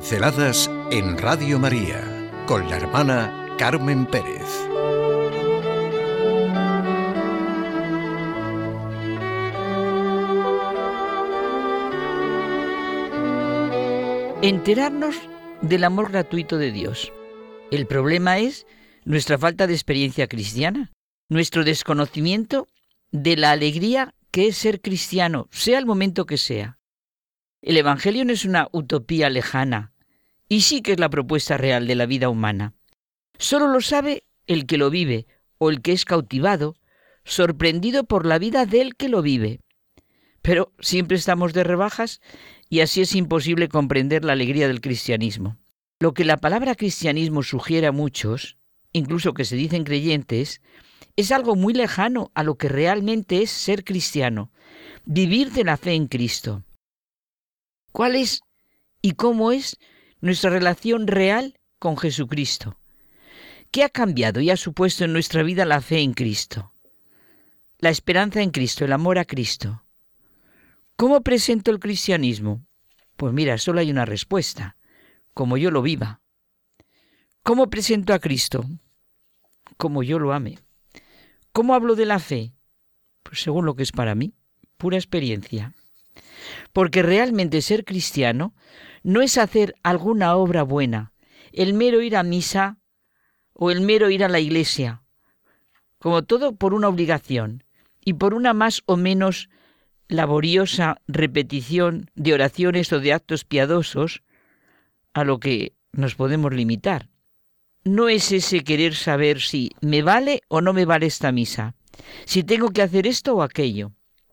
Pinceladas en Radio María con la hermana Carmen Pérez. Enterarnos del amor gratuito de Dios. El problema es nuestra falta de experiencia cristiana, nuestro desconocimiento de la alegría que es ser cristiano, sea el momento que sea. El Evangelio no es una utopía lejana, y sí que es la propuesta real de la vida humana. Solo lo sabe el que lo vive, o el que es cautivado, sorprendido por la vida del que lo vive. Pero siempre estamos de rebajas y así es imposible comprender la alegría del cristianismo. Lo que la palabra cristianismo sugiere a muchos, incluso que se dicen creyentes, es algo muy lejano a lo que realmente es ser cristiano, vivir de la fe en Cristo. ¿Cuál es y cómo es nuestra relación real con Jesucristo? ¿Qué ha cambiado y ha supuesto en nuestra vida la fe en Cristo? La esperanza en Cristo, el amor a Cristo. ¿Cómo presento el cristianismo? Pues mira, solo hay una respuesta: como yo lo viva. ¿Cómo presento a Cristo? Como yo lo ame. ¿Cómo hablo de la fe? Pues según lo que es para mí, pura experiencia. Porque realmente ser cristiano no es hacer alguna obra buena, el mero ir a misa o el mero ir a la iglesia, como todo por una obligación y por una más o menos laboriosa repetición de oraciones o de actos piadosos a lo que nos podemos limitar. No es ese querer saber si me vale o no me vale esta misa, si tengo que hacer esto o aquello.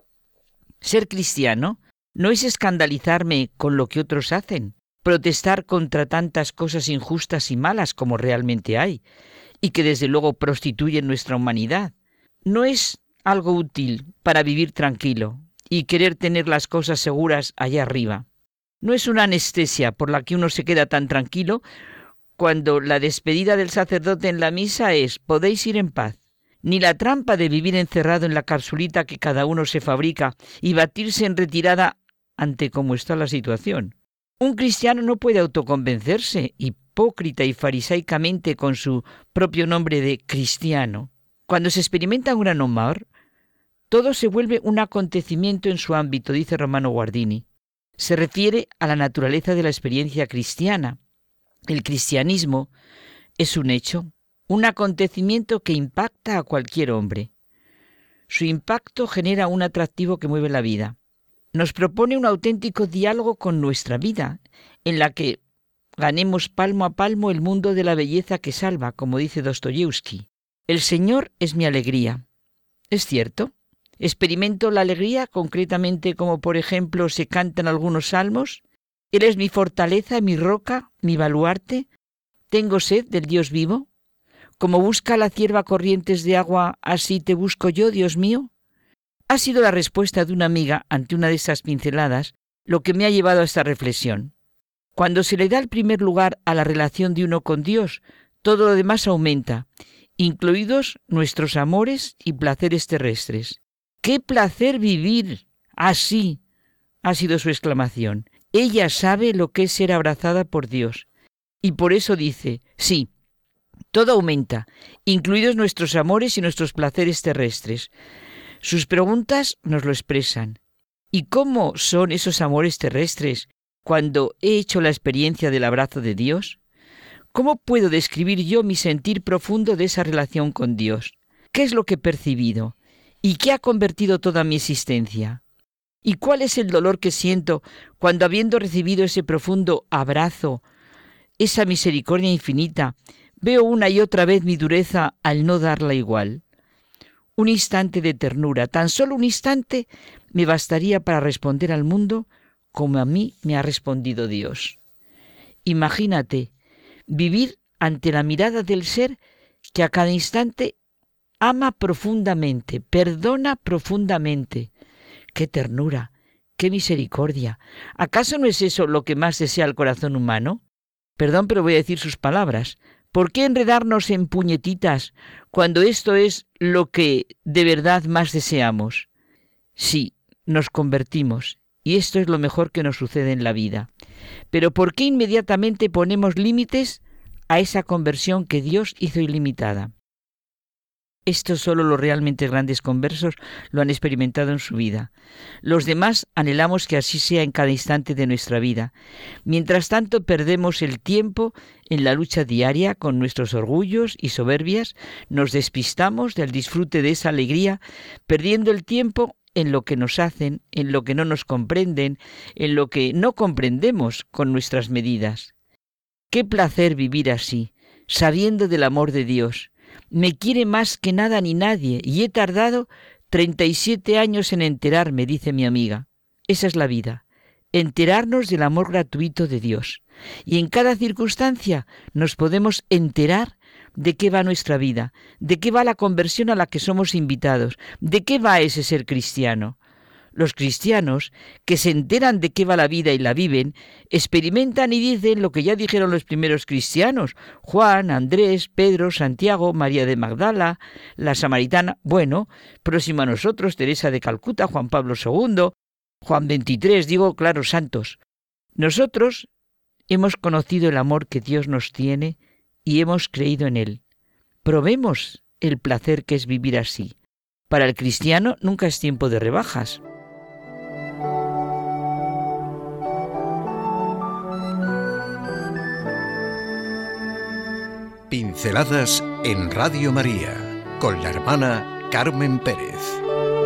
Ser cristiano no es escandalizarme con lo que otros hacen, protestar contra tantas cosas injustas y malas como realmente hay, y que desde luego prostituyen nuestra humanidad. No es algo útil para vivir tranquilo y querer tener las cosas seguras allá arriba. No es una anestesia por la que uno se queda tan tranquilo cuando la despedida del sacerdote en la misa es «podéis ir en paz», ni la trampa de vivir encerrado en la capsulita que cada uno se fabrica y batirse en retirada ante cómo está la situación. Un cristiano no puede autoconvencerse hipócrita y farisaicamente con su propio nombre de cristiano. Cuando se experimenta un gran amor, todo se vuelve un acontecimiento en su ámbito, dice Romano Guardini. Se refiere a la naturaleza de la experiencia cristiana. El cristianismo es un hecho, un acontecimiento que impacta a cualquier hombre. Su impacto genera un atractivo que mueve la vida. Nos propone un auténtico diálogo con nuestra vida, en la que ganemos palmo a palmo el mundo de la belleza que salva, como dice Dostoyevsky. El Señor es mi alegría. ¿Es cierto? Experimento la alegría concretamente como por ejemplo se cantan algunos salmos. Él es mi fortaleza, mi roca, mi baluarte. Tengo sed del Dios vivo. Como busca la cierva corrientes de agua, así te busco yo, Dios mío. Ha sido la respuesta de una amiga ante una de esas pinceladas lo que me ha llevado a esta reflexión. Cuando se le da el primer lugar a la relación de uno con Dios, todo lo demás aumenta, incluidos nuestros amores y placeres terrestres. ¡Qué placer vivir así!, ha sido su exclamación. Ella sabe lo que es ser abrazada por Dios. Y por eso dice, sí, todo aumenta, incluidos nuestros amores y nuestros placeres terrestres. Sus preguntas nos lo expresan. ¿Y cómo son esos amores terrestres cuando he hecho la experiencia del abrazo de Dios? ¿Cómo puedo describir yo mi sentir profundo de esa relación con Dios? ¿Qué es lo que he percibido? ¿Y qué ha convertido toda mi existencia? ¿Y cuál es el dolor que siento cuando, habiendo recibido ese profundo abrazo, esa misericordia infinita, veo una y otra vez mi dureza al no darla igual? Un instante de ternura, tan solo un instante, me bastaría para responder al mundo como a mí me ha respondido Dios. Imagínate vivir ante la mirada del ser que a cada instante ama profundamente, perdona profundamente. ¡Qué ternura! ¡Qué misericordia! ¿Acaso no es eso lo que más desea el corazón humano? Perdón, pero voy a decir sus palabras. ¿Por qué enredarnos en puñetitas cuando esto es lo que de verdad más deseamos? Sí, nos convertimos y esto es lo mejor que nos sucede en la vida. Pero ¿por qué inmediatamente ponemos límites a esa conversión que Dios hizo ilimitada? Esto solo los realmente grandes conversos lo han experimentado en su vida. Los demás anhelamos que así sea en cada instante de nuestra vida. Mientras tanto, perdemos el tiempo en la lucha diaria con nuestros orgullos y soberbias, nos despistamos del disfrute de esa alegría, perdiendo el tiempo en lo que nos hacen, en lo que no nos comprenden, en lo que no comprendemos con nuestras medidas. Qué placer vivir así, sabiendo del amor de Dios. Me quiere más que nada ni nadie, y he tardado 37 años en enterarme, dice mi amiga. Esa es la vida, enterarnos del amor gratuito de Dios. Y en cada circunstancia nos podemos enterar de qué va nuestra vida, de qué va la conversión a la que somos invitados, de qué va ese ser cristiano. Los cristianos, que se enteran de qué va la vida y la viven, experimentan y dicen lo que ya dijeron los primeros cristianos: Juan, Andrés, Pedro, Santiago, María de Magdala, la Samaritana, bueno, próximo a nosotros, Teresa de Calcuta, Juan Pablo II, Juan XXIII, claro, santos. Nosotros hemos conocido el amor que Dios nos tiene y hemos creído en él. Probemos el placer que es vivir así. Para el cristiano nunca es tiempo de rebajas. Pinceladas en Radio María con la hermana Carmen Pérez.